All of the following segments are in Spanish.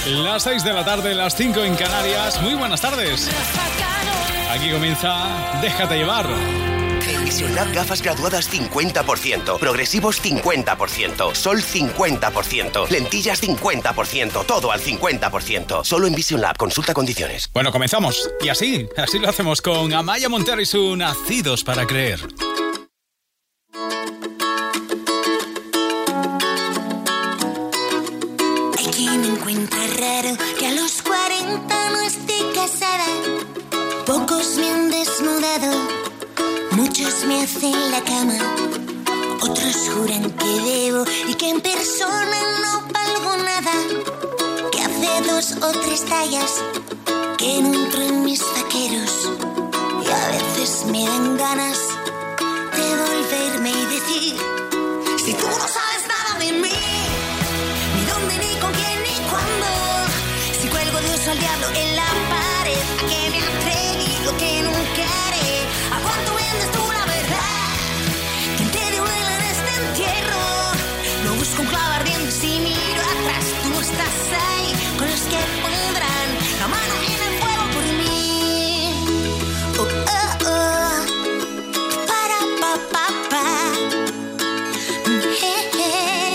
Las 6 de la tarde, las 5 en Canarias. Muy buenas tardes. Aquí comienza Déjate llevar. En Vision Lab, gafas graduadas 50%, progresivos 50%, sol 50%, lentillas 50%, todo al 50%. Solo en Vision Lab, consulta condiciones. Bueno, comenzamos. Y así lo hacemos con Amaya Montero y su Nacidos para Creer. Hay quien encuentra raro que a los 40 no esté casada. Pocos me han desnudado. Muchos me hacen la cama, otros juran que debo y que en persona no valgo nada, que hace 2 o 3 tallas que no entro en mis vaqueros y a veces me dan ganas de volverme y decir: si tú no sabes nada de mí, ni dónde, ni con quién, ni cuándo, si cuelgo de oso al diablo en la pared, a que me atreví lo que nunca haré. ¿A cuánto vendes tú la verdad? ¿Quién te dio vela en este entierro? No busco un clavo ardiendo si miro atrás. Tú no estás ahí con los que pondrán la mano en el fuego por mí. Oh, oh, oh. Para, pa, pa, pa. Hey, hey.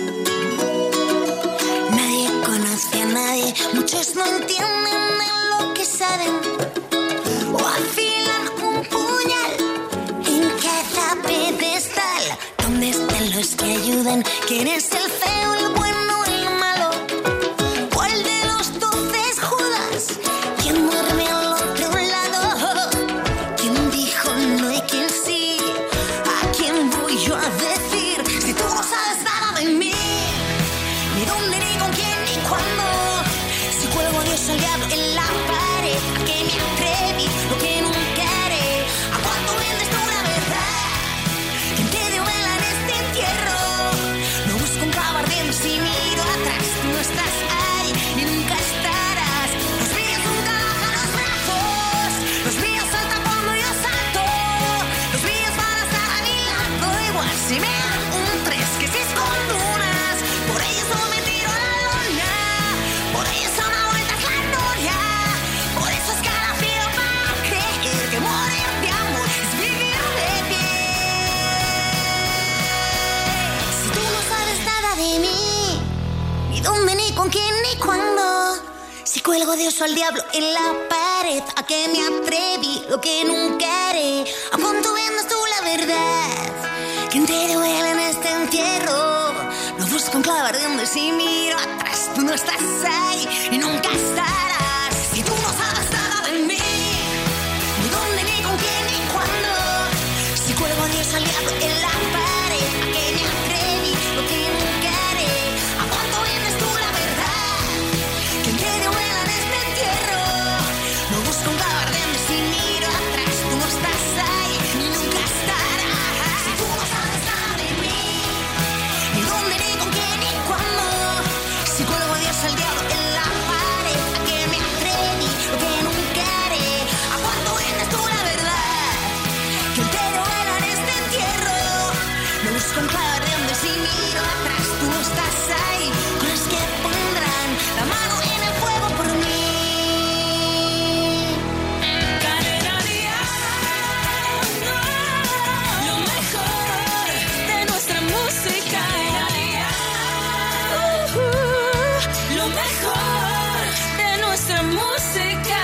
Nadie conoce a nadie. Muchos no entienden de lo que saben. O afilan un puñal en cada pedestal. ¿Dónde están los que ayudan? ¿Quién es el feo, el bueno, el malo? ¿Cuál de los 12 es Judas? ¿Quién duerme al otro lado? ¿Quién dijo no y quién sí? ¿A quién voy yo a decir? Si tú no sabes nada de mí, ni dónde, ni con quién, ni cuándo, si cuelgo a Dios al diablo en la pared, ¿a qué me atreví? Lo que nunca haré. ¿A cuánto vendes tú la verdad? ¿Quién te dio vela en este entierro? No busco un clavo ardiendo si miro atrás. Tú no estás ahí, ni nunca estarás. Los míos nunca bajan los brazos. Los míos saltan cuando yo salto. Los míos van a estar a mi lado. Igual si me dan un 3 que 6 columnas. Por ellos no me tiro a la lona. Por ellos son a vueltas la gloria. Por eso es cada filo para creer que morir de amor es vivir de pie. Si tú no sabes nada de mí, ni dónde, ni con quién, ni cuándo, si cuelgo de oso al diablo en la pared, ¿a qué me atreví? Lo que nunca haré. ¿A cuánto vendes tú la verdad? ¿Quién te dio vela en este entierro? No busco un clavo ardiendo si miro atrás. Tú no estás ahí y nunca estarás. Si tú no sabes nada de mí, ni dónde, ni con quién, ni cuándo, si cuelgo a Dios al diablo en la pared, ¿a qué me atreví? Lo que nunca haré. ¿A cuánto vendes tú la verdad? ¿Quién te dio vela en este entierro? No busco un clavo ardiendo si miro atrás. Tú no estás ahí ni nunca estarás. Si tú no sabes nada de mí, ni dónde, ni con quién, ni cuándo, si cuelgo a Dios al diablo en la pared, ¿a qué me atreví? Lo que nunca haré. ¿A cuánto vendes tú la verdad? ¿Quién te dio vela en este entierro? No busco un clavo ardiendo si miro atrás. Tú no estás ahí con los que pondrán la mano en el fuego por mí. Cadena Dial, lo mejor de nuestra música. Cadena Dial, lo mejor de nuestra música.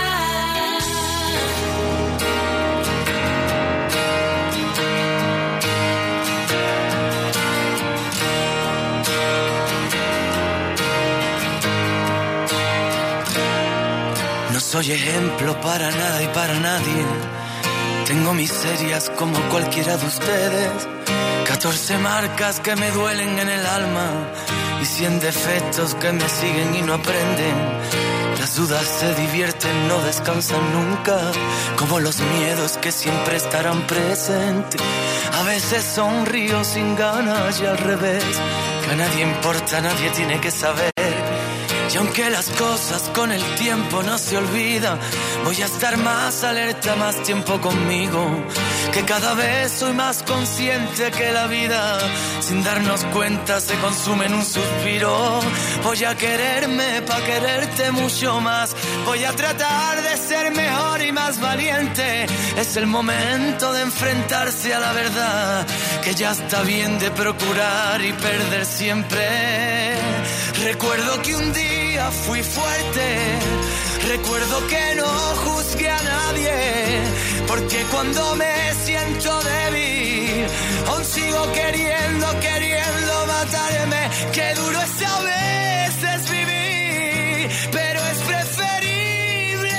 No soy ejemplo para nada y para nadie. Tengo miserias como cualquiera de ustedes. 14 marcas que me duelen en el alma y 100 defectos que me siguen y no aprenden. Las dudas se divierten, no descansan nunca, como los miedos que siempre estarán presentes. A veces sonrío sin ganas y al revés, que a nadie importa, nadie tiene que saber. Y aunque las cosas con el tiempo no se olvidan, voy a estar más alerta, más tiempo conmigo, que cada vez soy más consciente que la vida, sin darnos cuenta, se consume en un suspiro. Voy a quererme pa' quererte mucho más. Voy a tratar de ser mejor y más valiente. Es el momento de enfrentarse a la verdad, que ya está bien de procurar y perder siempre. Recuerdo que un día fui fuerte. Recuerdo que no juzgué a nadie, porque cuando me siento débil, aún sigo queriendo matarme. Qué duro es a veces vivir, pero es preferible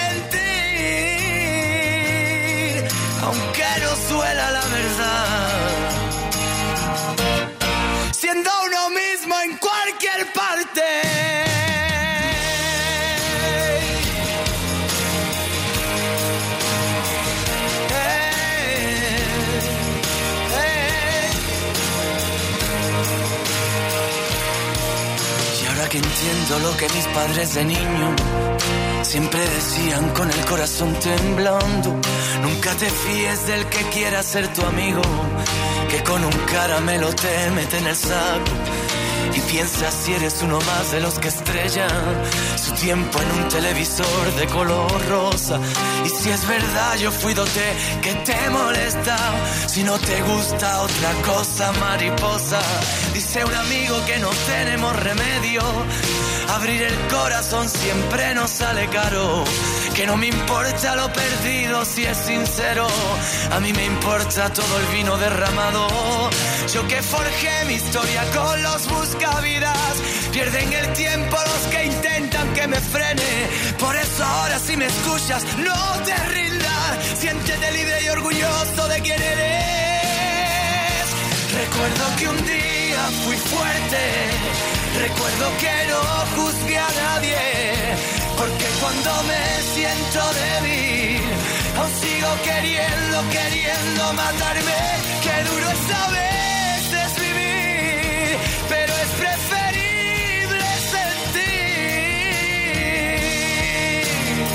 sentir, aunque no suela la verdad, siendo uno mismo en cualquier parte. Que entiendo lo que mis padres de niño siempre decían con el corazón temblando: nunca te fíes del que quiera ser tu amigo, que con un caramelo te mete en el saco y piensas si eres uno más de los que estrellan su tiempo en un televisor de color rosa. Y si es verdad yo fui dote que te molesta, si no te gusta otra cosa, mariposa. Dice un amigo que no tenemos remedio, abrir el corazón siempre nos sale caro, que no me importa lo perdido si es sincero, a mí me importa todo el vino derramado. Yo que forjé mi historia con los buscavidas, pierden el tiempo los que intentan que me frene. Por eso ahora si me escuchas no te rindas, siéntete libre y orgulloso de quién eres. Recuerdo que un día fui fuerte, recuerdo que no juzgué a nadie, porque cuando me siento débil, aún sigo queriendo matarme. Qué duro es a veces vivir, pero es preferible sentir,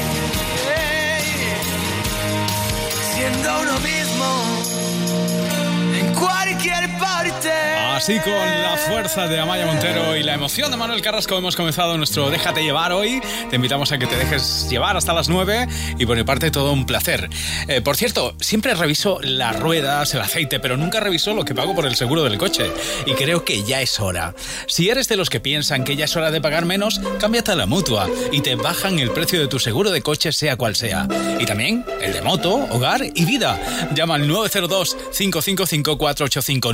siendo uno mismo en cualquier parte. Así, con la fuerza de Amaya Montero y la emoción de Manuel Carrasco, hemos comenzado nuestro Déjate Llevar hoy. Te invitamos a que te dejes llevar hasta las 9 y por mi parte todo un placer. Por cierto, siempre reviso las ruedas, el aceite, pero nunca reviso lo que pago por el seguro del coche. Y creo que ya es hora. Si eres de los que piensan que ya es hora de pagar menos, cámbiate a la Mutua y te bajan el precio de tu seguro de coche, sea cual sea. Y también el de moto, hogar y vida. Llama al 902-555-485,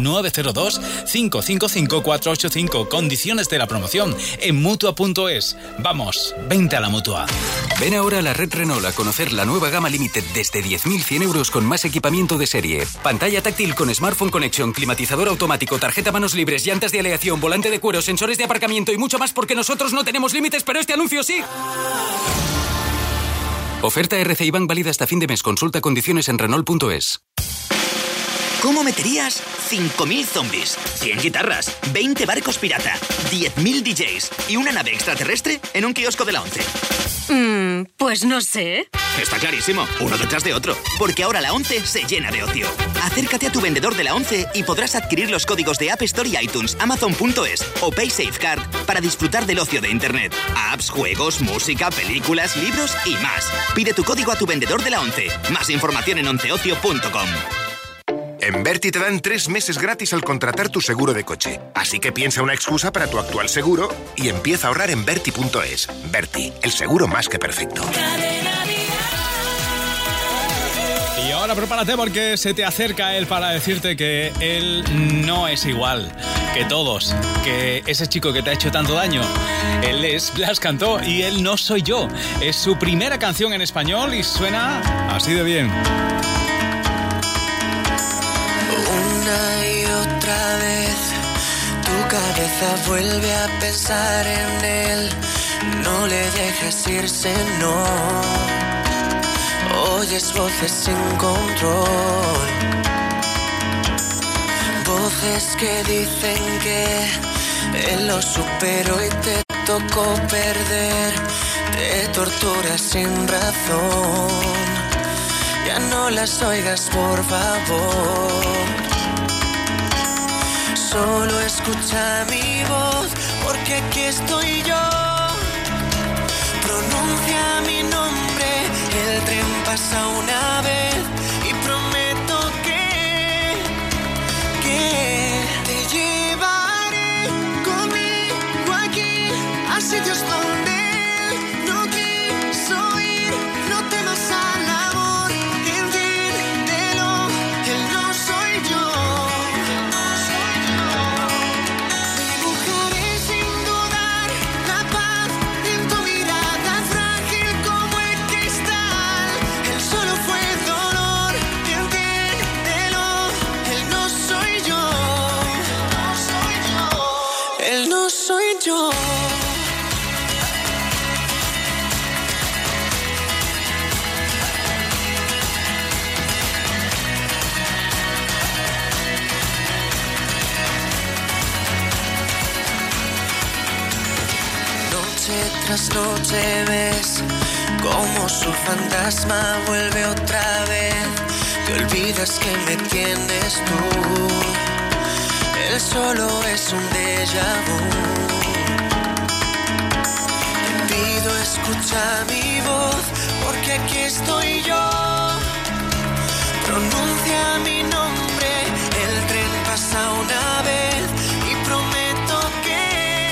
902-555-485. Condiciones de la promoción en Mutua.es. Vamos, vente a la Mutua. Ven ahora a la red Renault a conocer la nueva gama Limited desde 10.100 euros con más equipamiento de serie. Pantalla táctil con Smartphone Connection, climatizador automático, tarjeta manos libres, llantas de aleación, volante de cuero, sensores de aparcamiento y mucho más, porque nosotros no tenemos límites, pero este anuncio sí. Oferta RCI Bank válida hasta fin de mes. Consulta condiciones en Renault.es. ¿Cómo meterías 5.000 zombies, 100 guitarras, 20 barcos pirata, 10.000 DJs y una nave extraterrestre en un kiosco de la ONCE? Pues no sé. Está clarísimo, uno detrás de otro, porque ahora la ONCE se llena de ocio. Acércate a tu vendedor de la ONCE y podrás adquirir los códigos de App Store y iTunes, Amazon.es o PaySafeCard para disfrutar del ocio de Internet. Apps, juegos, música, películas, libros y más. Pide tu código a tu vendedor de la ONCE. Más información en onceocio.com. En Berti te dan 3 meses gratis al contratar tu seguro de coche. Así que piensa una excusa para tu actual seguro y empieza a ahorrar en Berti.es. Berti, el seguro más que perfecto. Y ahora prepárate porque se te acerca él para decirte que él no es igual que todos, que ese chico que te ha hecho tanto daño, él es Blas Cantó y él no soy yo. Es su primera canción en español y suena así de bien. Una y otra vez tu cabeza vuelve a pensar en él. No le dejes irse, no. Oyes voces sin control, voces que dicen que él lo superó y te tocó perder. Te torturas sin razón, ya no las oigas por favor. Solo escucha mi voz, porque aquí estoy yo. Pronuncia mi nombre, el tren pasa una vez y prometo que te llevaré conmigo aquí a sitios donde no quiso ir. No temas al amor, entiéndelo, él no soy yo. Dibujaré sin dudar la paz en tu mirada frágil como el cristal. Él solo fue dolor, entiéndelo, él no soy yo. Él no soy yo. Noche tras noche ves cómo su fantasma vuelve otra vez. Te olvidas que me tienes tú. Él solo es un déjà vu. Te pido escucha mi voz, porque aquí estoy yo. Pronuncia mi nombre, el tren pasa una vez y prometo que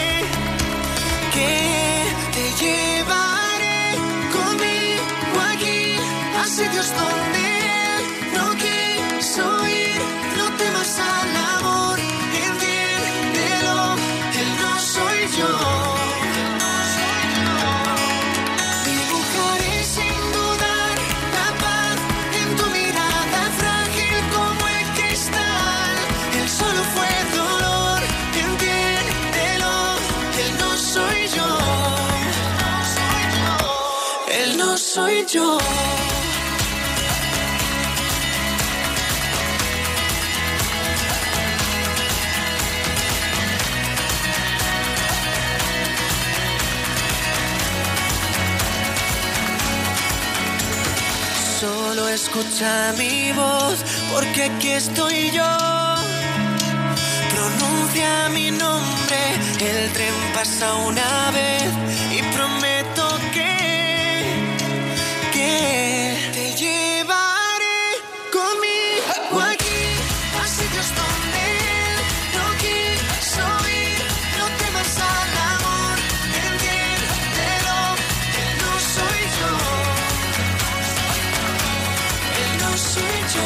te llevaré conmigo aquí a sitios donde no quiso ir. No temas al amor, entiéndelo, él no soy yo. Dibujaré sin dudar la paz en tu mirada frágil como el cristal. Él solo fue dolor, entiéndelo, él no soy yo. Él no soy yo. Solo escucha mi voz, porque aquí estoy yo. Pronuncia mi nombre, el tren pasa una vez y prometo que te llevaré conmigo aquí a sitios donde no quiso ir. No temas al amor, entiéndelo, él no soy yo. Él no soy yo.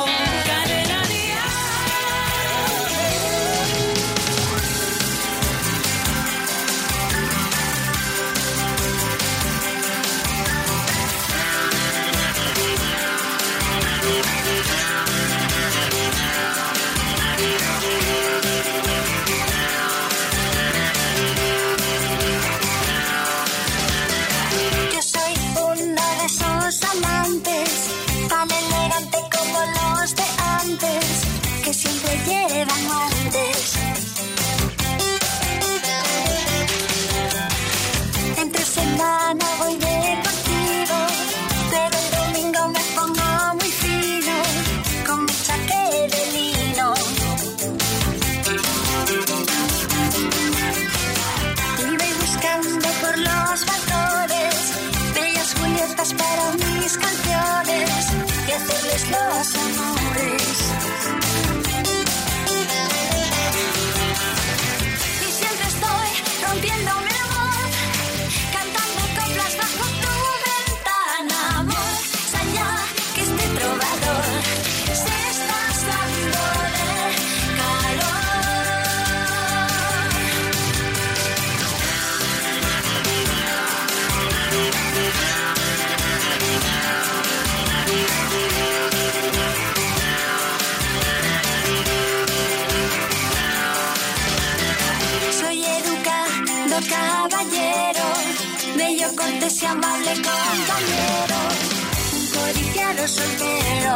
Yo soy uno de esos amantes, tan elegante como los de antes, que siempre llevan guantes. Entre semana voy deportivo, pero el domingo me pongo muy fino, con mi chaqué de lino. Y voy buscando por los balcones bellas Julietas para mis canciones y hacerles los amores. Y siempre estoy rompiéndome la voz, cantando coplas bajo tu ventana, amor. Allá que este trovador se está asando de calor. Soy educado caballero, bello, cortés y amable compañero, un codiciado soltero.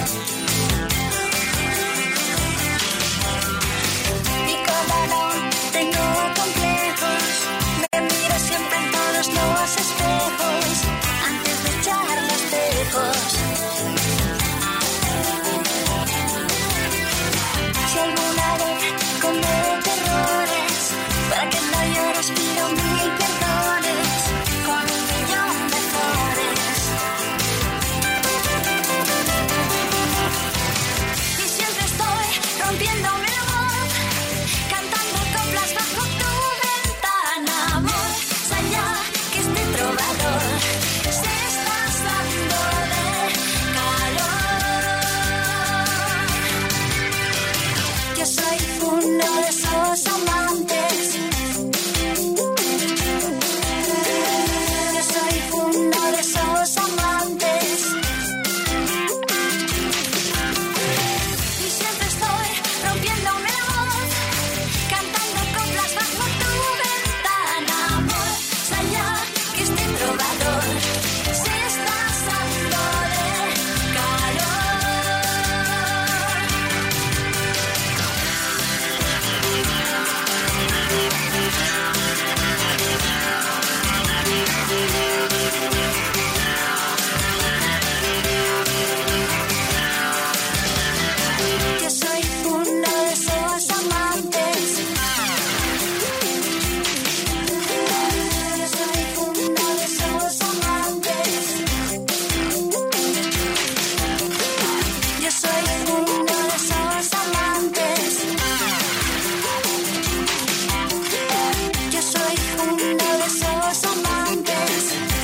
Y como no tengo complejos, me miro siempre en todos los espejos antes de echar los tejos. Si alguna vez comete errores, para que no llore os pido 1000 perdones con 1.000.000 de flores. Y siempre estoy rompiéndome la voz, cantando coplas bajo tu ventana. Más allá que este trovador se está asando de calor. Yo soy uno de esos amantes. Yo soy uno de esos amantes. Y siempre estoy rompiéndome la voz, cantando coplas bajo tu ventana. Más allá que este trovador se está asando de calor. Yo soy uno de esos amantes. Yo soy uno de esos amantes. Yo soy uno de esos amantes. Yo soy uno de esos amantes.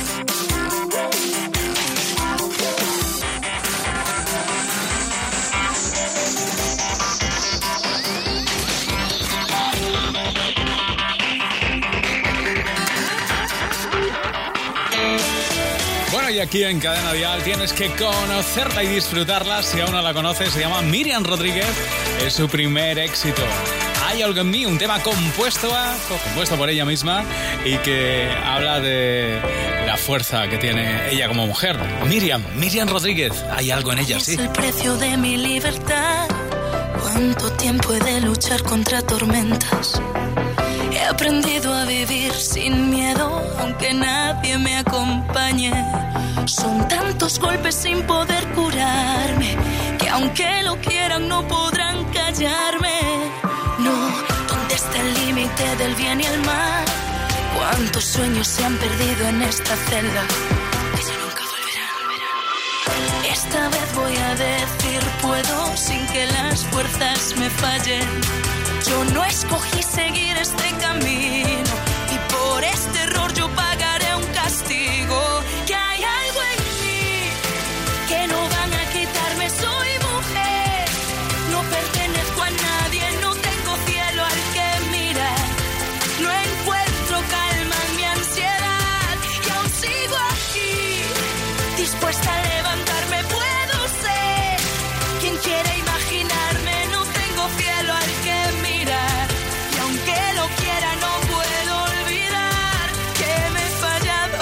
Bueno, y aquí en Cadena Dial tienes que conocerla y disfrutarla. Si aún no la conoces, se llama Miriam Rodríguez. Es su primer éxito. Hay algo en mí, un tema compuesto por ella misma y que habla de la fuerza que tiene ella como mujer. Miriam Rodríguez. Hay algo en ella, sí. Es el precio de mi libertad. ¿Cuánto tiempo he de luchar contra tormentas? He aprendido a vivir sin miedo, aunque nadie me acompañe. Son tantos golpes sin poder curarme, que aunque lo quieran no podrán callarme. No, ¿dónde está el límite del bien y el mal? ¿Cuántos sueños se han perdido en esta celda que ya nunca volverán? Esta vez voy a decir puedo sin que las fuerzas me fallen. Yo no escogí seguir este camino y por este error yo pagaré un castigo. Que hay algo en mí que no van a quitarme. Soy mujer, no pertenezco a nadie, no tengo cielo al que mirar. No encuentro calma en mi ansiedad y aún sigo aquí, dispuesta a levantarme. Puedo ser quien quiere imaginarme, no tengo cielo al que mirar. Y aunque lo quiera no puedo olvidar que me he fallado.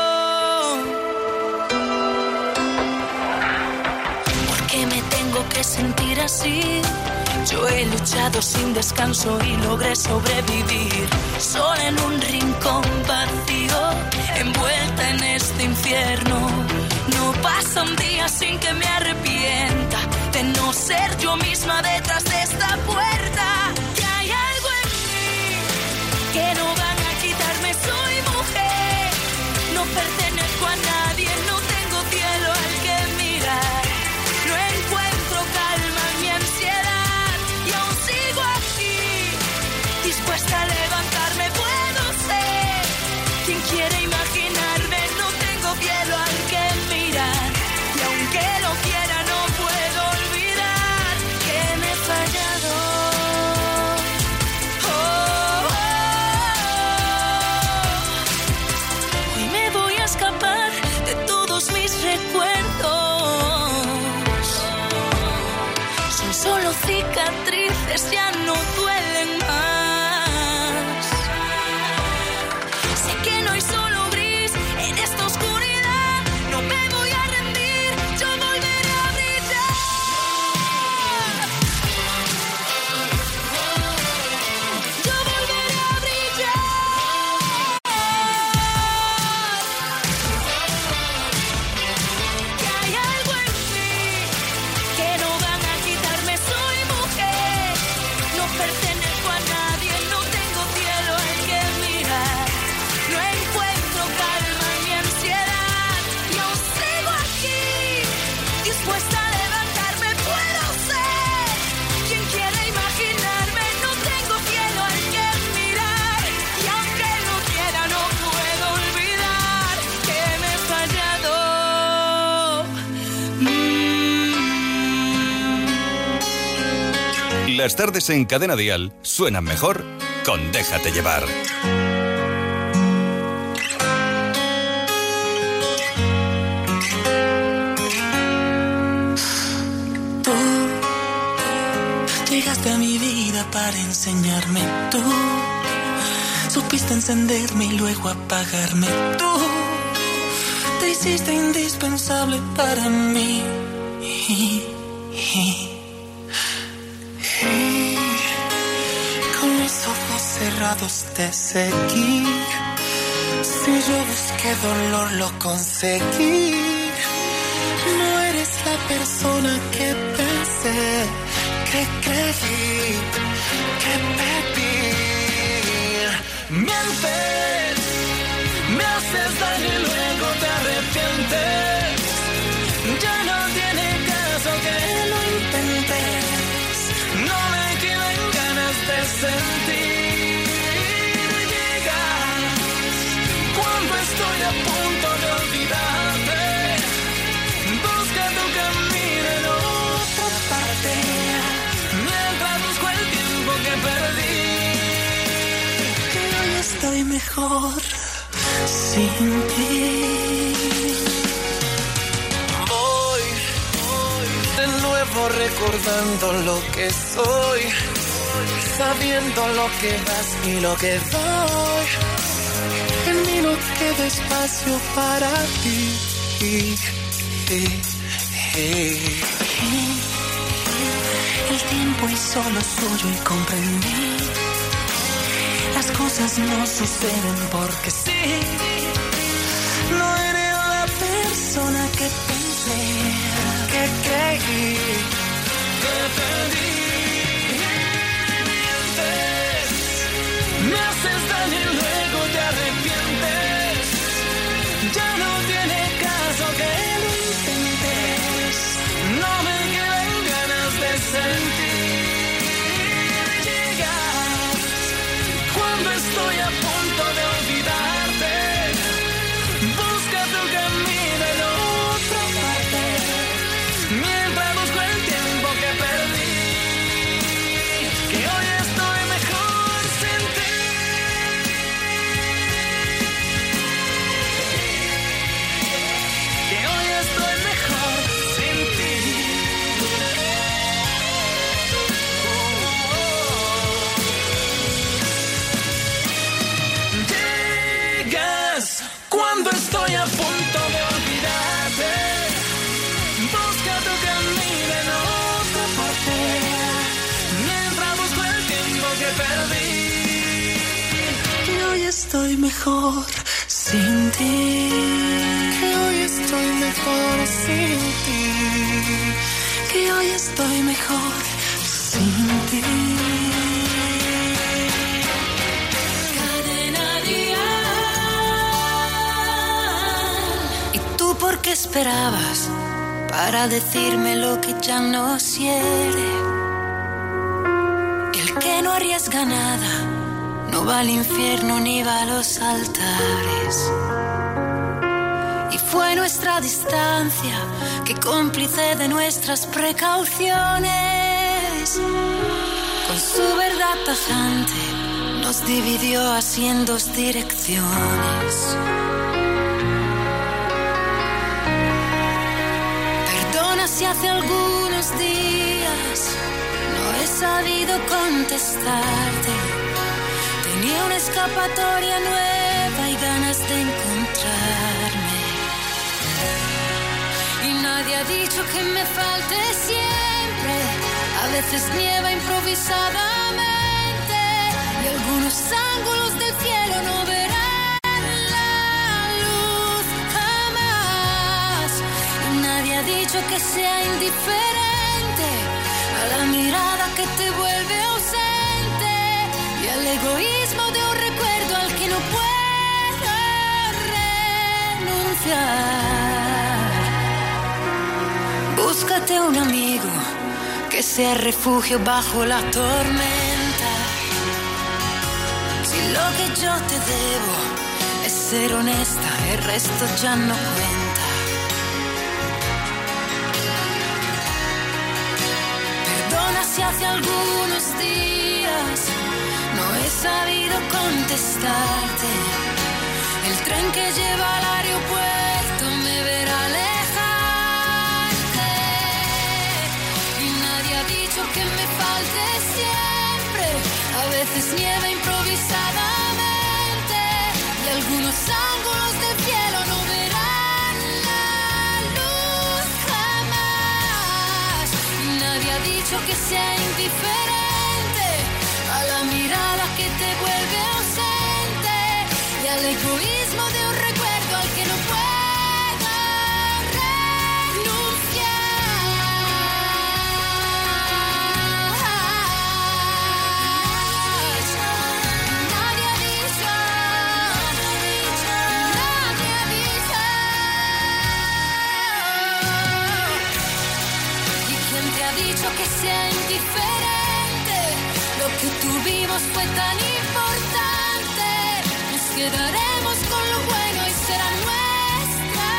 ¿Por qué me tengo que sentir así? Yo he luchado sin descanso y logré sobrevivir, sola en un rincón vacío, envuelta en este infierno. No pasa un día sin que me arrepienta de no ser yo misma detrás de esta puerta. Que hay algo en mí que no van a quitarme. Soy mujer, no pertenezco a nadie, no tengo cielo al que mirar. No encuentro calma en mi ansiedad y aún sigo aquí, dispuesta a levantarme. Puedo ser quien quiere imaginarme, no tengo cielo al que mirar. Y aunque lo quiera no puedo olvidar que me he fallado. Oh, oh, oh. Hoy me voy a escapar de todos mis recuerdos. Son solo cicatrices, ya no duelen más. Sé que no hay solo gris en esta oscuridad. No me voy a rendir, yo volveré a brillar. Yo volveré a brillar. Que hay algo en mí que no van a quitarme. Soy mujer, Las tardes en Cadena Dial suenan mejor con Déjate Llevar. Tú llegaste a mi vida para enseñarme. Tú supiste encenderme y luego apagarme. Tú te hiciste indispensable para mí. Con mis ojos cerrados te seguí. Si yo busqué dolor lo conseguí. No eres la persona que pensé, que creí, que pedí. Mientes, me haces daño y luego te arrepientes. Ya no tiene caso que lo intentes. No me quedan ganas de sentir. Llegas cuando estoy a punto de olvidarte. Busca tu camino en otra parte, mientras busco el tiempo que perdí. Que hoy estoy mejor sin ti. De nuevo recordando lo que soy, sabiendo lo que das y lo que doy. En mí no queda espacio para ti. El tiempo hizo lo suyo y comprendí. Las cosas no suceden porque sí. No eres la persona que pensé, que creí, que pedí. Mientes, me haces daño y luego te arrepientes. Ya no tiene caso que lo intentes. No me quedan ganas de sentir. Llegas cuando estoy a punto de olvidarte. Busca tu camino en otra parte, mientras busco el tiempo que perdí. Que hoy estoy mejor sin ti. Que hoy estoy mejor sin ti. Llegas cuando estoy a punto de olvidarte. Busca tu camino en otra parte, mientras busco el tiempo que perdí. Que hoy estoy mejor sin ti. Que hoy estoy mejor sin ti. Que hoy estoy mejor sin ti. ¿Por qué esperabas para decirme lo que ya no quiere? El que no arriesga nada no va al infierno ni va a los altares. Y fue nuestra distancia que cómplice de nuestras precauciones, con su verdad tajante nos dividió así en dos direcciones. Si hace algunos días no he sabido contestarte, tenía una escapatoria nueva y ganas de encontrarme. Y nadie ha dicho que me falte siempre, a veces nieva improvisadamente y algunos ángulos del cielo no verán la luz jamás. Y nadie ha dicho que sea indiferente a la mirada que te vuelve ausente y al egoísmo de un recuerdo al que no puedo renunciar. Búscate un amigo que sea refugio bajo la tormenta. Si lo que yo te debo es ser honesta, el resto ya no cuenta. Perdona si hace algunos días no he sabido contestarte. El tren que lleva al aeropuerto me verá alejarte. Y nadie ha dicho que me falte siempre. A veces nieva improvisadamente y algunos ángulos del cielo no verán la luz jamás. Y nadie ha dicho que sea indiferente a la mirada que te vuelve ausente y al egoísmo de un recuerdo al que no puedo renunciar. Nadie ha dicho, nadie ha dicho. ¿Y quién te ha dicho que sea indiferente? Lo que tuvimos fue tan importante. Nos quedaremos con lo bueno y será nuestra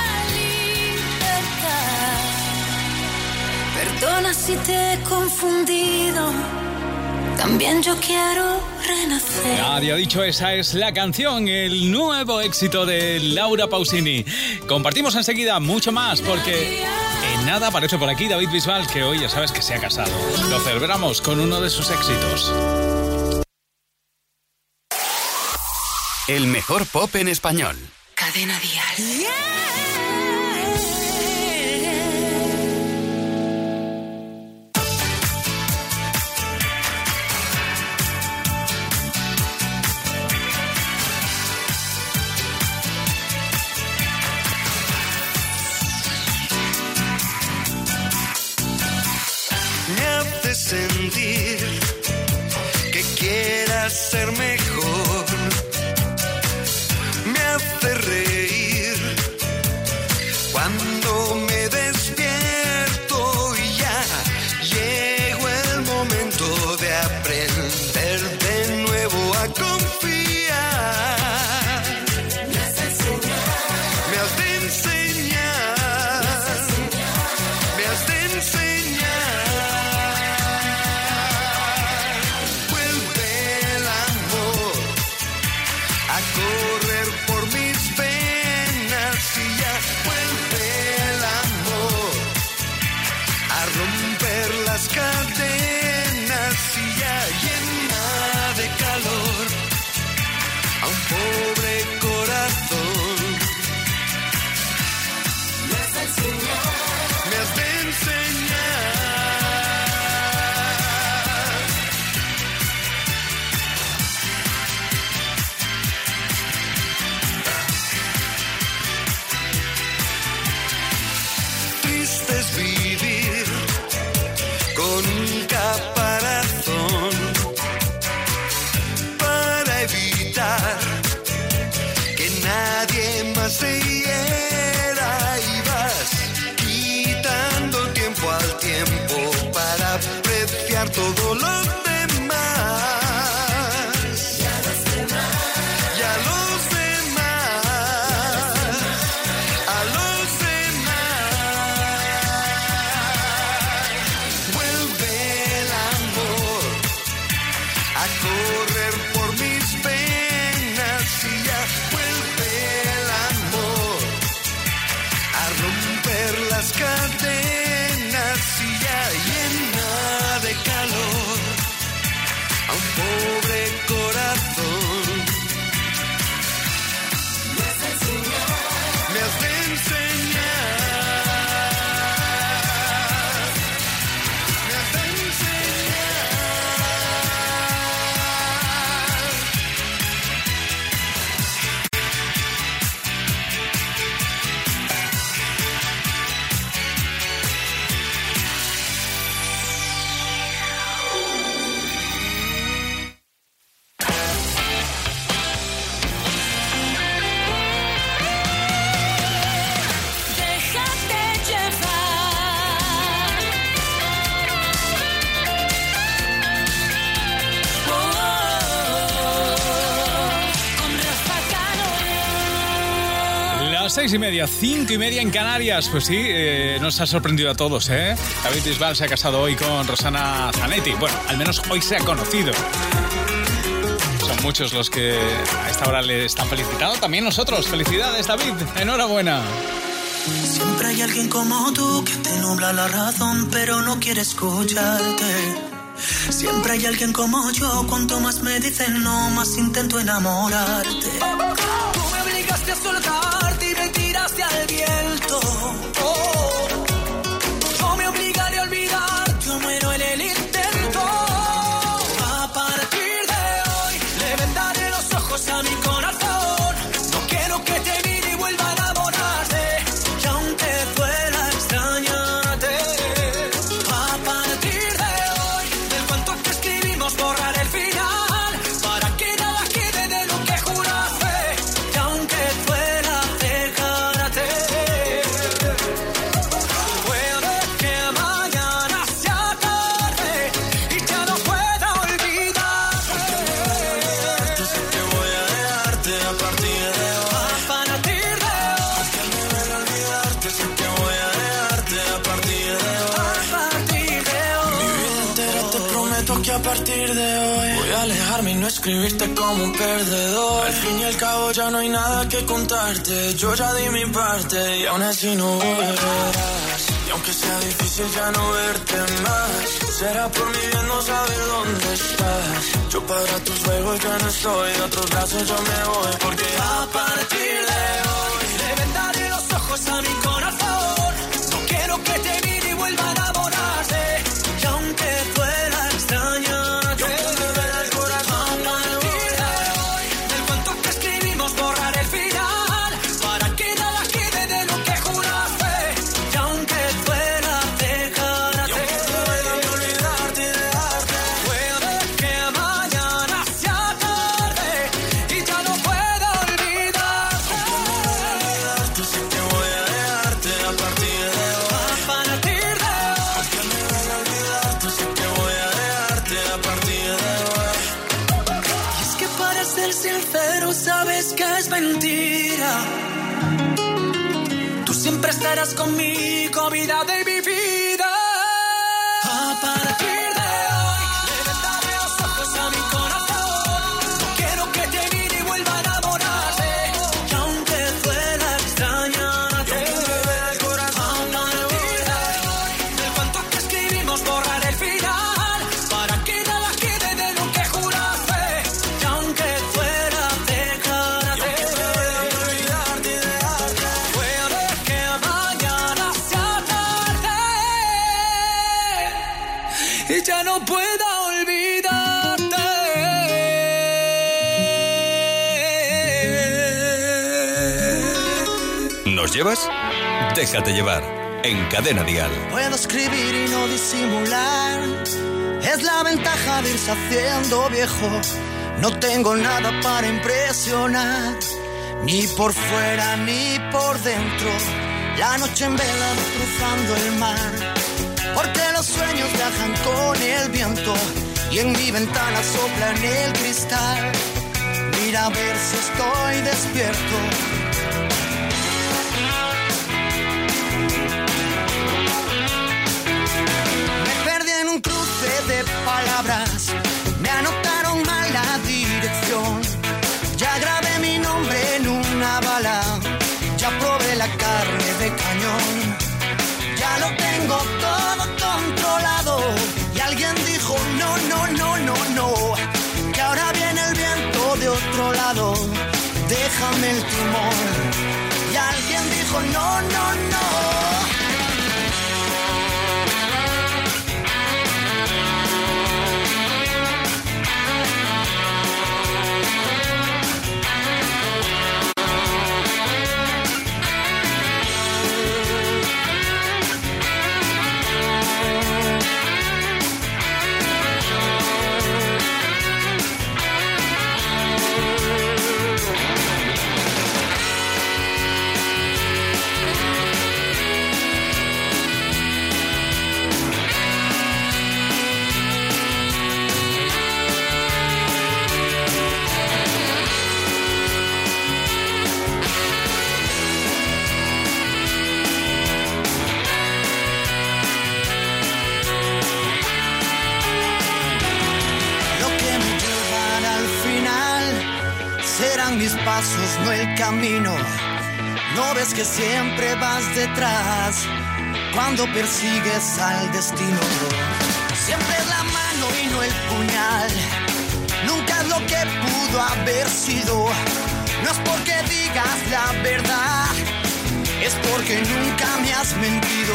libertad. Perdona si te he confundido. También yo quiero renacer. Nadie ha dicho, esa es la canción, el nuevo éxito de Laura Pausini. Compartimos enseguida mucho más porque en nada aparece por aquí David Bisbal, que hoy ya sabes que se ha casado. Lo celebramos con uno de sus éxitos. El mejor pop en español. Cadena Dial. Me hace sentir que quieras ser mejor. Me hace reír cuando me despierto y ya llegó el momento de aprender de nuevo a confiar. Me has de enseñar, me has de enseñar, me has de enseñar. Vuelve el amor a correr por mis venas y ya vuelve el amor a romper las cadenas y ya llena de calor a un pobre corazón. Me has de enseñar, me has de enseñar. Triste es vivir con un caparazón para evitar que nadie más se hiera y vas quitando tiempo al tiempo para apreciar todo lo demás. Y a los demás, y a los demás, a los demás. Vuelve el amor a correr por mis venas y ya vuelve el amor a romper las cadenas y ya llena de calor a un pobre corazón. Me has de enseñar, me has de enseñar, me has de enseñar. las 6:30, 5:30 en Canarias. Pues sí, nos ha sorprendido a todos, ¿eh? David Bisbal se ha casado hoy con Rosana Zanetti. Bueno, al menos hoy se ha conocido. Son muchos los que a esta hora le están felicitando. También nosotros. Felicidades, David. Enhorabuena. Siempre hay alguien como tú que te nubla la razón, pero no quiere escucharte. Siempre hay alguien como yo, cuanto más me dicen no, más intento enamorarte. Tú me obligaste a soltarte y me tiraste al viento. Yo me obligaré a olvidar, yo muero en el intento. A partir de hoy le vendaré los ojos a mi corazón. No quiero que te mire y vuelva a enamorarte. Y aunque duela extrañarte, a partir de hoy del cuento que escribimos borrar el final, para que nada quede de lo que juraste. Y aunque duela dejarte, puede que mañana sea tarde y ya no pueda olvidarte. Sé que voy a dejarte a partir de hoy. A partir de hoy. Que me duele olvidarte, sé que voy a dejarte a partir de hoy. A partir de hoy. Mi vida entera te prometo que a partir de hoy voy a alejarme y no escribirte como un perdedor. Al fin y al cabo ya no hay nada que contarte. Yo ya di mi parte y aún así no volverás. Y aunque sea difícil ya no verte más, será por mi bien no saber dónde estás. Yo para tus juegos ya no estoy, de otros brazos yo me voy. Porque a partir de hoy le vendaré los ojos a mi corazón. No quiero que te mire y vuelva a enamorarte. Y aunque duela extrañarte, el corazón, a partir de hoy del cuento que escribimos borrar el final, para que nada quede de lo que juraste. Y aunque duela dejarte, olvidarte y dejarte, puede que mañana sea tarde y ya no pueda olvidarte. Sé que voy a dejarte a partir de hoy. A partir de hoy. Que me duele olvidarte, sé que voy a dejarte a partir de hoy. Y es que para ser sincero sabes que es mentira. Tú siempre estarás conmigo, vida de mi vida. A partir de hoy le vendaré los ojos a mi corazón. No quiero que te mire y vuelva a enamorarte. Y aunque duela extrañarte, el corazón, a partir de hoy del cuento que escribimos borrar el final, para que nada quede de lo que juraste. Y aunque duela dejarte, olvidarte y dejarte, puede que mañana sea tarde y ya no pueda olvidarte. ¿Nos llevas? Déjate llevar. En Cadena Dial. Puedo escribir y no disimular. Es la ventaja de irse haciendo viejo. No tengo nada para impresionar, ni por fuera ni por dentro. La noche en vela cruzando el mar, porque los sueños viajan con el viento. Y en mi ventana sopla en el cristal. Mira a ver si estoy despierto. Un cruce de palabras, me anotaron mal la dirección. Ya grabé mi nombre en una bala, ya probé la carne de cañón. Ya lo tengo todo controlado y alguien dijo no, no, no, no, no. Que ahora viene el viento de otro lado, déjame el timón. Y alguien dijo no, no, no. pasos, no el camino. No ves que siempre vas detrás cuando persigues al destino. Siempre es la mano y no el puñal. Nunca es lo que pudo haber sido. No es porque digas la verdad, es porque nunca me has mentido.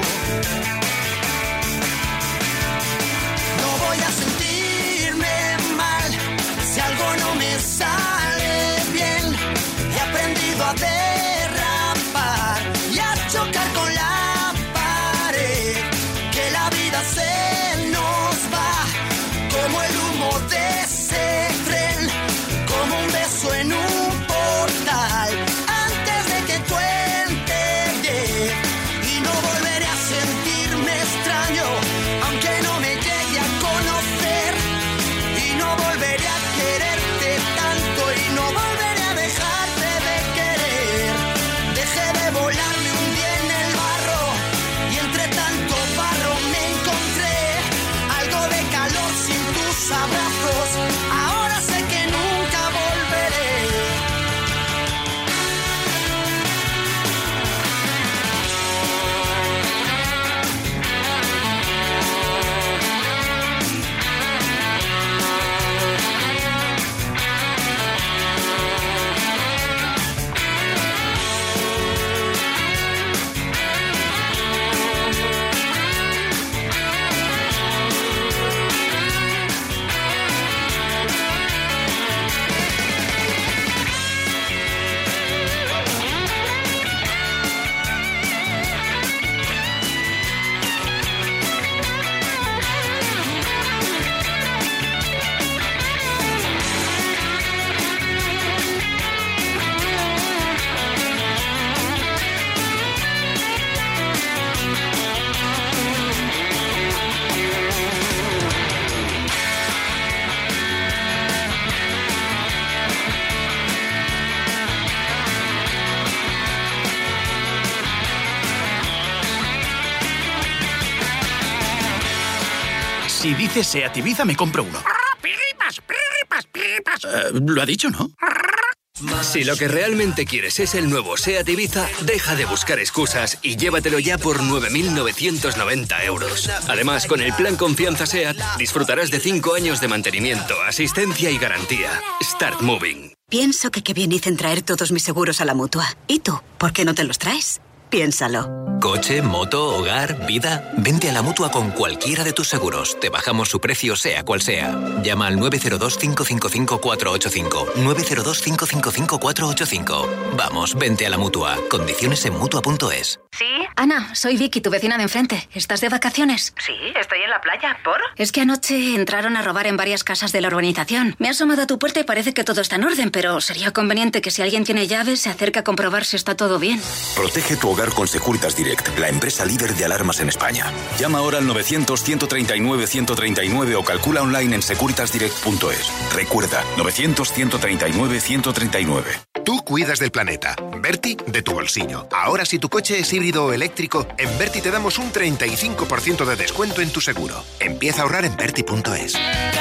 No voy a sentirme mal si algo no me sale bien. He aprendido a derrapar y a chocar con la pared. Que la vida se nos va como el humo de ese tren, como un beso en un portal antes de que cuente bien. Y no volveré a sentirme extraño aunque no me llegue a conocer. Y no volveré a quererte tanto y no volveré a dejarte de querer. Dejé de volarme un día en el barro y entre tanto barro me encontré algo de calor sin tus abrazos. Ahora sé que nunca volveré. Si dices Seat Ibiza, me compro uno. Lo ha dicho, ¿no? Si lo que realmente quieres es el nuevo Seat Ibiza, deja de buscar excusas y llévatelo ya por 9.990 euros. Además, con el plan Confianza Seat, disfrutarás de 5 años de mantenimiento, asistencia y garantía. Start moving. Pienso que qué bien hice en traer todos mis seguros a la Mutua. ¿Y tú? ¿Por qué no te los traes? Piénsalo. Coche, moto, hogar, vida. Vente a la Mutua con cualquiera de tus seguros. Te bajamos su precio sea cual sea. Llama al 902-555-485. 902-555-485. Vamos, vente a la Mutua. Condiciones en Mutua.es. ¿Sí? Ana, soy Vicky, tu vecina de enfrente. ¿Estás de vacaciones? Sí, estoy en la playa. ¿Por? Es que anoche entraron a robar en varias casas de la urbanización. Me he asomado a tu puerta y parece que todo está en orden, pero sería conveniente que si alguien tiene llaves se acerque a comprobar si está todo bien. Protege tu hogar con Securitas Direct, la empresa líder de alarmas en España. Llama ahora al 900-139-139 o calcula online en securitasdirect.es. Recuerda, 900-139-139. Tú cuidas del planeta. Berti, de tu bolsillo. Ahora, si tu coche es híbrido o eléctrico, en Berti te damos un 35% de descuento en tu seguro. Empieza a ahorrar en Berti.es.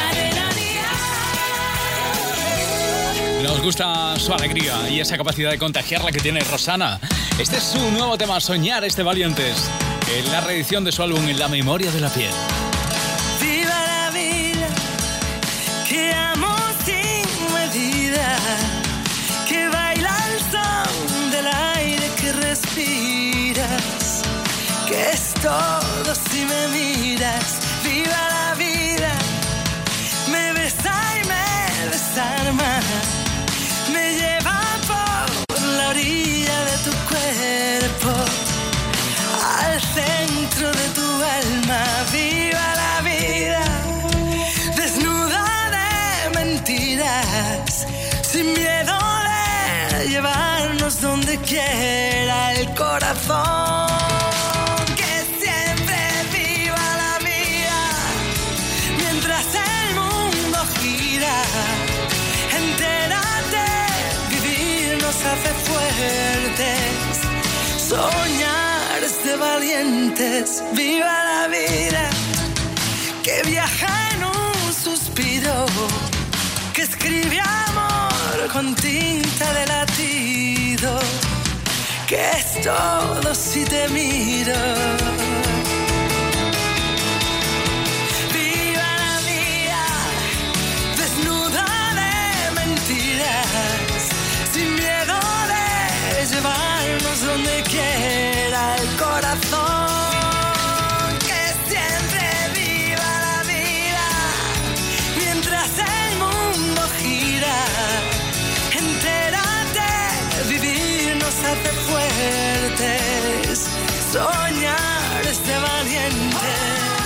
Nos gusta su alegría y esa capacidad de contagiar la que tiene Rosana. Este es su nuevo tema, Soñar este Valientes, en la reedición de su álbum En la memoria de la piel. Viva la vida, que amo sin medida, que baila el son del aire que respiras, que es todo si me miras. Viva la vida, me besa y me desarma, me lleva por la orilla de tu cuerpo, al centro de tu alma. Viva la vida, desnuda de mentiras, sin miedo de llevarnos donde quiera el corazón. Que siempre viva la vida, mientras el mundo gira. Entérate, vivir nos hace fuertes, soñar es de valientes. Viva la vida, que viaja en un suspiro, que que escribe amor con tinta de latido, que es todo si te miro. Viva la vida, desnuda de mentiras, sin miedo de llevarnos donde quiera el corazón. Que siempre viva la vida, mientras el mundo gira. Entérate, vivir nos hace fuertes, soñar es de valientes.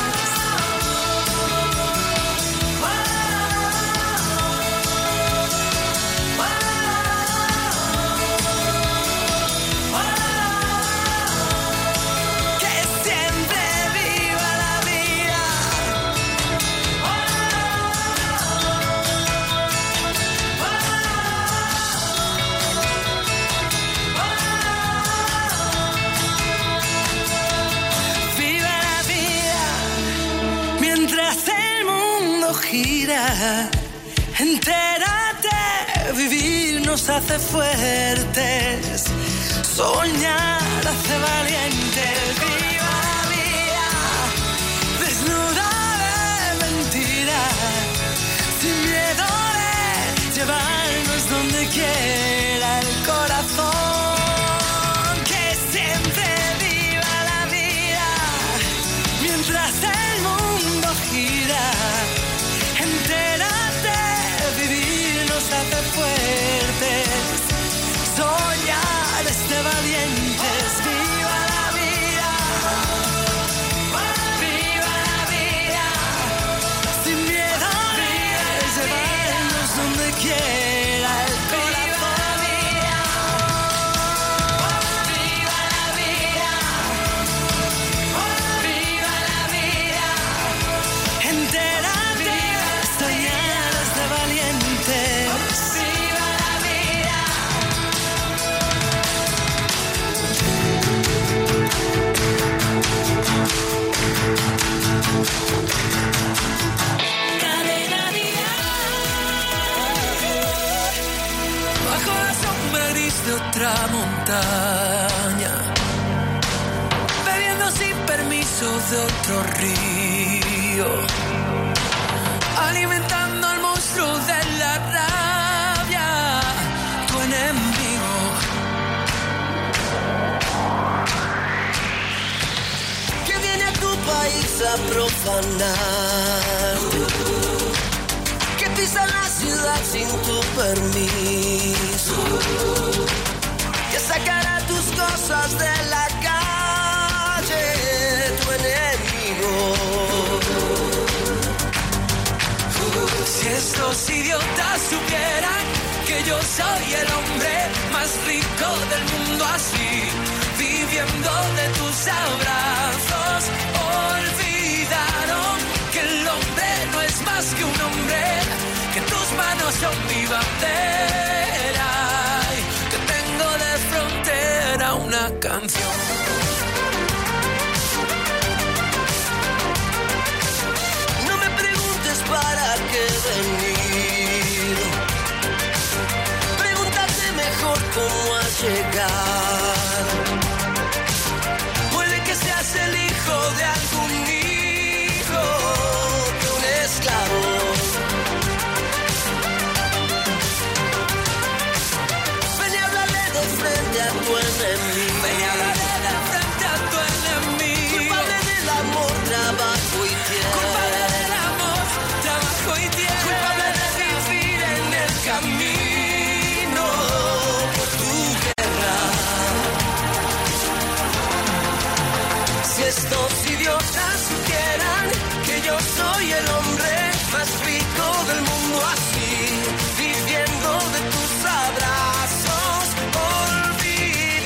Entérate, vivir nos hace fuertes, soñar hace valientes. Viva la vida, desnuda de mentiras, sin miedo de llevarnos donde quiera el corazón. Que siempre viva la vida, mientras el mundo gira. Entérate, vivir nos hace fuertes, soñar es de valientes. Viva la vida, viva la vida, sin miedo de llevarnos donde quiera el corazón. Viva la vida, viva la vida, entérate, soñadas de valientes. Viva la vida. Cadena bajo la sombra gris de otra montaña, bebiendo sin permiso de otro río, alimentando al monstruo de la rabia, tu enemigo. Que viene a tu país a profanar, que pisa la ciudad sin tu permiso, que sacará tus cosas de la calle, tu enemigo. Si estos idiotas supieran que yo soy el hombre más rico del mundo, así, viviendo de tus abrazos, olvidaron que el hombre no es más que un hombre, que tus manos son mi bandera, y que tengo de frontera una canción. ¿Para qué venir? Pregúntate mejor cómo has llegado. Puede que seas el hijo de algún hijo de un esclavo. Ven y háblale de frente a tu enemigo. Ven y háblale de frente a tu enemigo. Culpable del amor, trabajo y tierra. Culpable del amor, trabajo y tierra. Culpable de vivir en el camino por tu guerra. Si estos idiotas supieran que yo soy el hombre más rico del mundo, así, viviendo de tus abrazos, olvidaron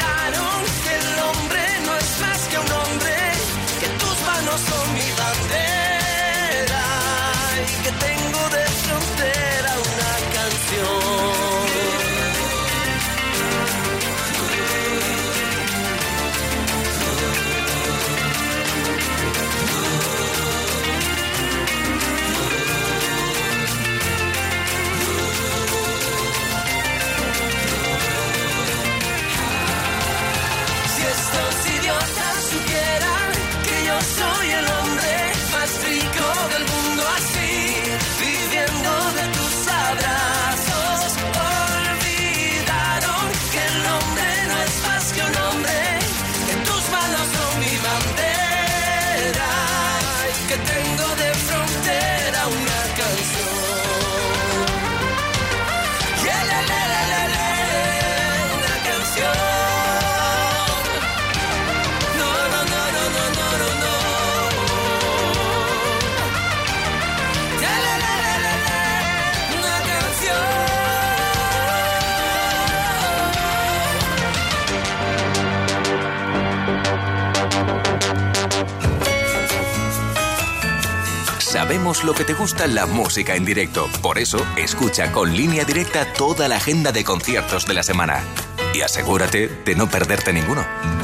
sabemos lo que te gusta la música en directo. Por eso, escucha con Línea Directa toda la agenda de conciertos de la semana. Y asegúrate de no perderte ninguno.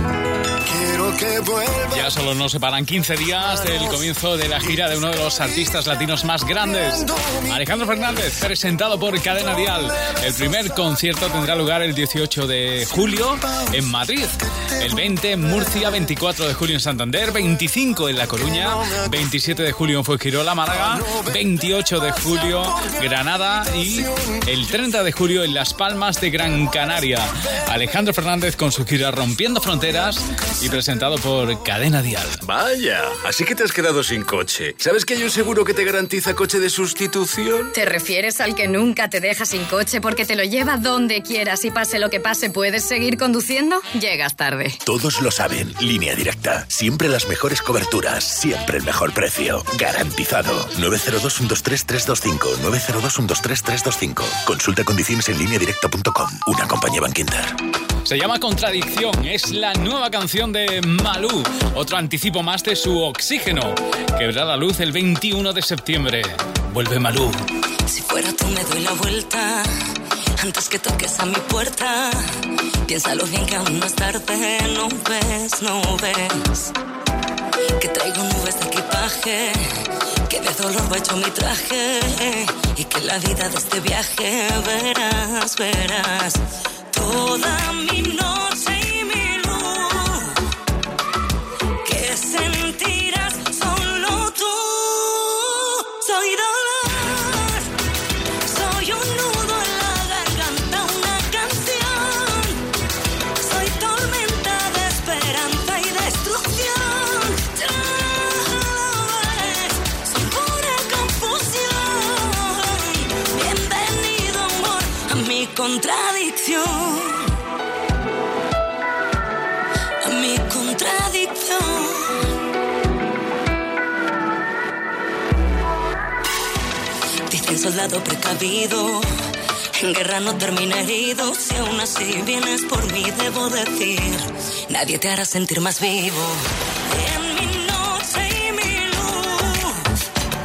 Ya solo nos separan 15 días del comienzo de la gira de uno de los artistas latinos más grandes, Alejandro Fernández, presentado por Cadena Dial. El primer concierto tendrá lugar el 18 de julio en Madrid, el 20 en Murcia, 24 de julio en Santander, 25 en La Coruña, 27 de julio en Fuengirola, Málaga, 28 de julio Granada y el 30 de julio en Las Palmas de Gran Canaria. Alejandro Fernández con su gira Rompiendo Fronteras y presentado por Cadena Dial. Vaya, así que te has quedado sin coche. ¿Sabes que hay un seguro que te garantiza coche de sustitución? ¿Te refieres al que nunca te deja sin coche porque te lo lleva donde quieras y pase lo que pase puedes seguir conduciendo? Llegas tarde. Todos lo saben. Línea Directa. Siempre las mejores coberturas. Siempre el mejor precio. Garantizado. 902-123-325. 902-123-325. Consulta condiciones en lineadirecta.com. Una compañía Bankinter. Se llama Contradicción, es la nueva canción de Malú, otro anticipo más de su Oxígeno, que verá la luz el 21 de septiembre. Vuelve Malú. Si fuera tú me doy la vuelta, antes que toques a mi puerta. Piénsalo bien que aún no es tarde, no ves, que traigo nubes de equipaje, que de dolor va hecho mi traje, y que la vida de este viaje verás. Toda mi noche y mi luz, que sentirás solo tú. Soy dolor, soy un nudo en la garganta, una canción. Soy tormenta de esperanza y destrucción. Ya lo ves, soy pura confusión. Bienvenido, amor, a mi contradicción. Dicen soldado precavido, en guerra no termina herido. Si aún así vienes por mí, debo decir, nadie te hará sentir más vivo. En mi noche y mi luz,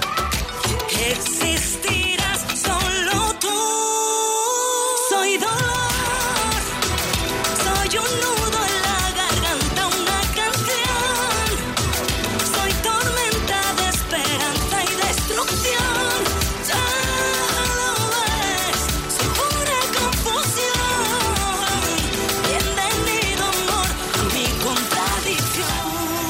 existirás solo tú. Soy dolor, soy un nudo en la garganta, una canción. Soy tormenta de esperanza y destrucción. Ya lo ves, soy pura confusión. Bienvenido, amor, a mi contradicción.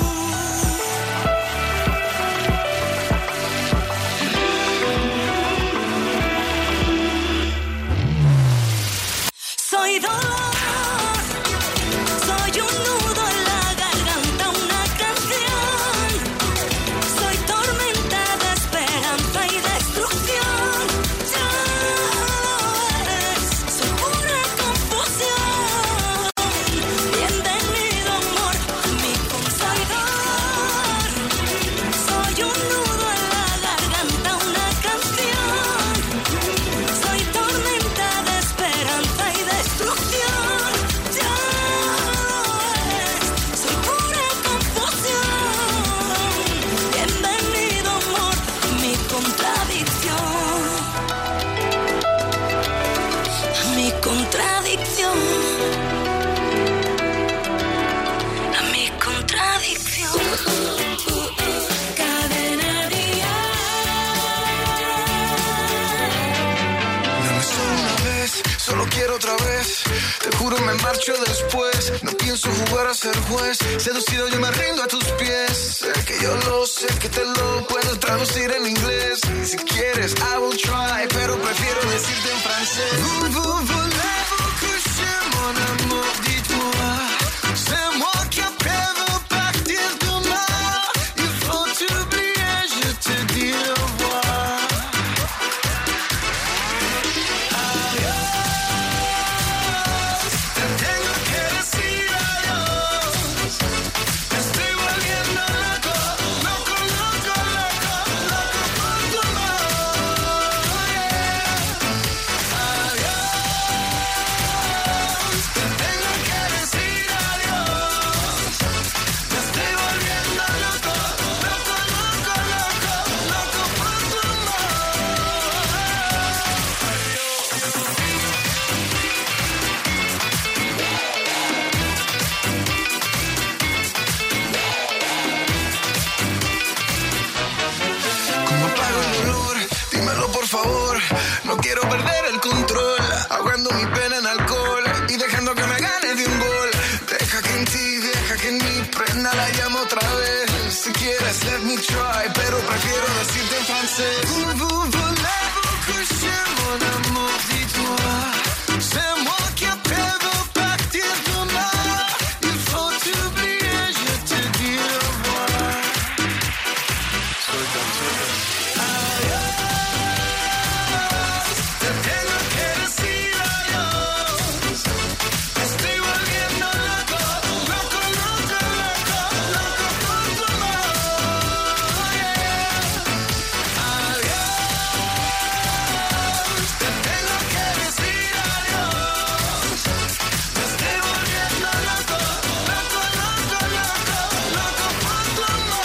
Soy dolor, soy un nudo en la garganta, una canción. Soy tormenta de esperanza y destrucción. Ya lo ves, soy pura confusión. Bienvenido, amor, a mi contradicción. Soy un nudo en la garganta, una canción. Soy tormenta de esperanza y destrucción. Ya lo ves, soy pura confusión. Bienvenido, amor, a mi contradicción. A mi contradicción. A mi contradicción. Cadena Dame solo una vez, solo quiero otra vez. Te juro me marcho después. No pienso jugar a ser juez. Seducido yo me rindo a tus pies. Sé que yo lo sé, que te lo puedo traducir en inglés. Si quieres, I will try, pero prefiero decirte en francés. Voulez-vous coucher mon amour, dis-toi. C'est moi qui peux partir demain. Il faut t'oublier, je te dis au revoir. Te tengo que decir adiós. Me estoy volviendo loco, loco, loco, loco, loco por tu amor. Adiós. me gane de un gol. Deja que en ti, deja que en mí prenda la llama otra vez. Si quieres, let me try, pero prefiero decirte en francés. Voulez-vous coucher mon amour, dis-toi. C'est moi qui appelle de partir demain. Il faut t'oublier, je te dis au revoir. Te tengo que decir adiós. Estoy volviendo loco, loco, loco, loco, loco por tu amor. Adiós. Te tengo que decir adiós. Estoy volviendo loco, loco, loco, loco, loco por tu amor.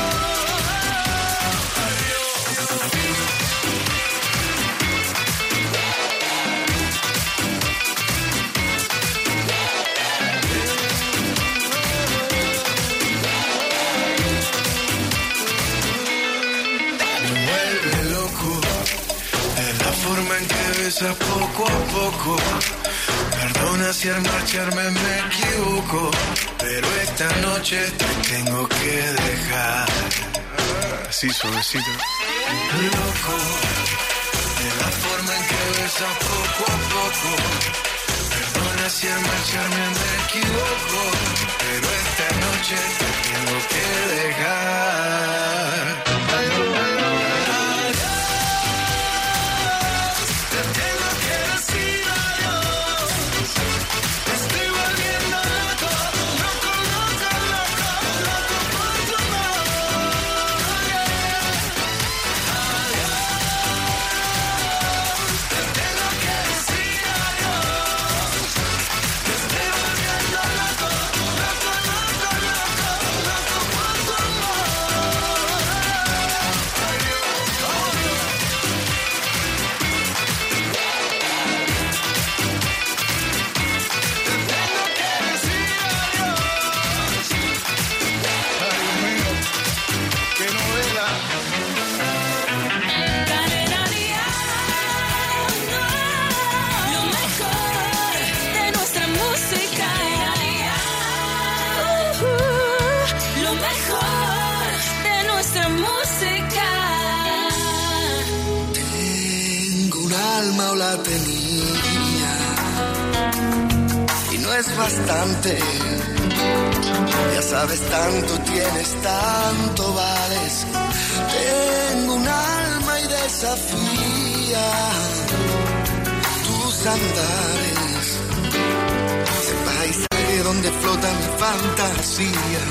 Me vuelve loco es la forma en que besas poco a poco. Perdona si al marcharme me equivoco, pero esta noche te tengo que dejar. Así suavecito. Loco es la forma en que besas poco a poco. Perdona si al marcharme me equivoco, pero esta noche te tengo que dejar. Te tengo que decir adiós. Estoy volviendo loco, loco, loco, loco, loco por tu amor. Adiós. Te tengo que decir adiós. Estoy volviendo loco, loco, loco, loco, loco por tu amor. Lo mejor de nuestra música. Lo mejor de nuestra música. Tengo un alma o la tenía y no es bastante. Ya sabes, tanto tienes, tanto vales. Tengo un alma y desafía tus andares. Ese paisaje donde flota mi fantasía.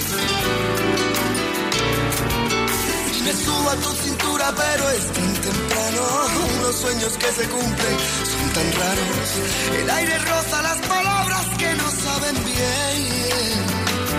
Y me subo a tu cintura, pero es tan temprano. Los sueños que se cumplen son tan raros. El aire roza las palabras que no saben bien.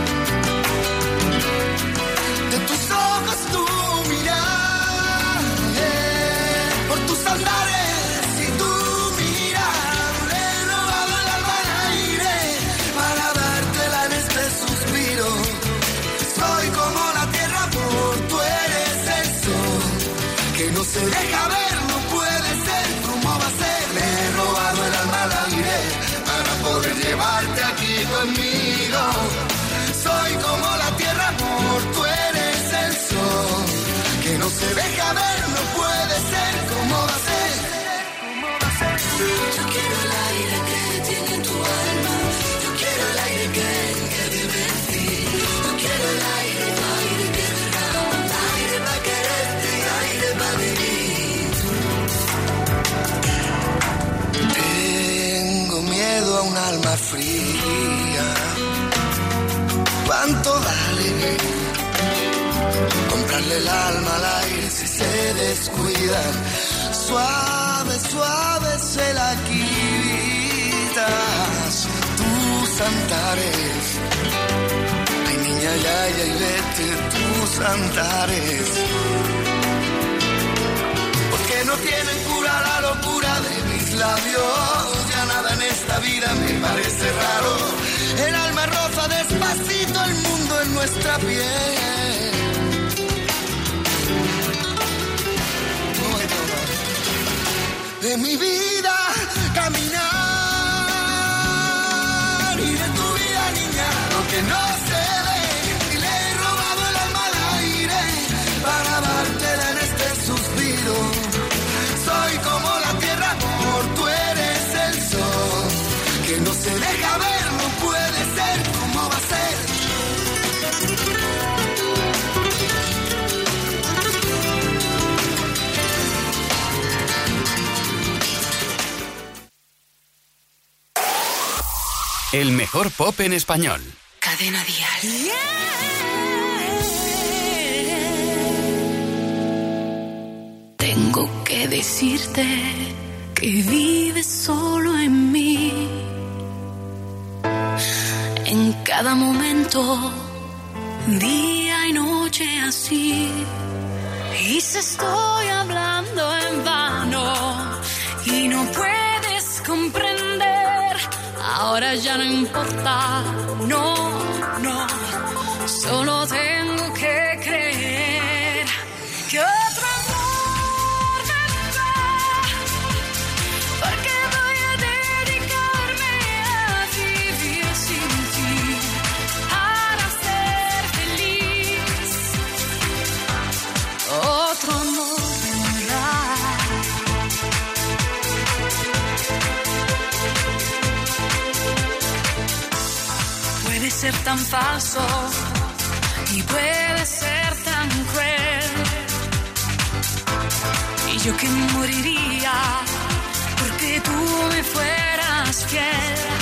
De tus ojos tu mirar, por tus andares y tu mirar, he robado el alma al aire para dártela en este suspiro. Soy como la tierra, amor, tú eres el sol, que no se deja ver, no puede ser, ¿cómo va a ser? Le he robado el alma al aire para poder llevarte aquí conmigo. Soy como la tierra, amor, tú eres el sol, que no se deja ver, no puede ser, ¿cómo va a ser? Yo quiero el aire que tiene tu alma, yo quiero el aire que vive en ti, yo quiero el aire que derrama, aire para quererte y aire para vivir. Tengo miedo a un alma fría. ¿Cuánto vale comprarle el alma al aire si se descuidan? Suave, suave se la quitas tus andares. Ay, niña, ya, y vete tus andares. Porque no tienen cura la locura de mis labios. Ya nada en esta vida me parece raro. El alma roza despacito el mundo en nuestra piel. De mi vida caminar que no se ve. Y le he robado el alma al aire para dártela en este suspiro. Soy como la tierra, amor, tú eres el sol. Que no se deja ver, no puede ser, ¿cómo va a ser? El mejor pop en español. Cadena Dial. Tengo que decirte que vives solo en mí. En cada momento, día y noche así. Y se estoy hablando en vano y no puedes comprender. Ahora ya no importa, no, no, solo tengo que creer que otro amor vendrá, porque voy a dedicarme a vivir sin ti, para ser feliz. Otro amor vendrá. Puede ser tan falso y puede ser tan cruel. Y yo que moriría porque tú me fueras fiel.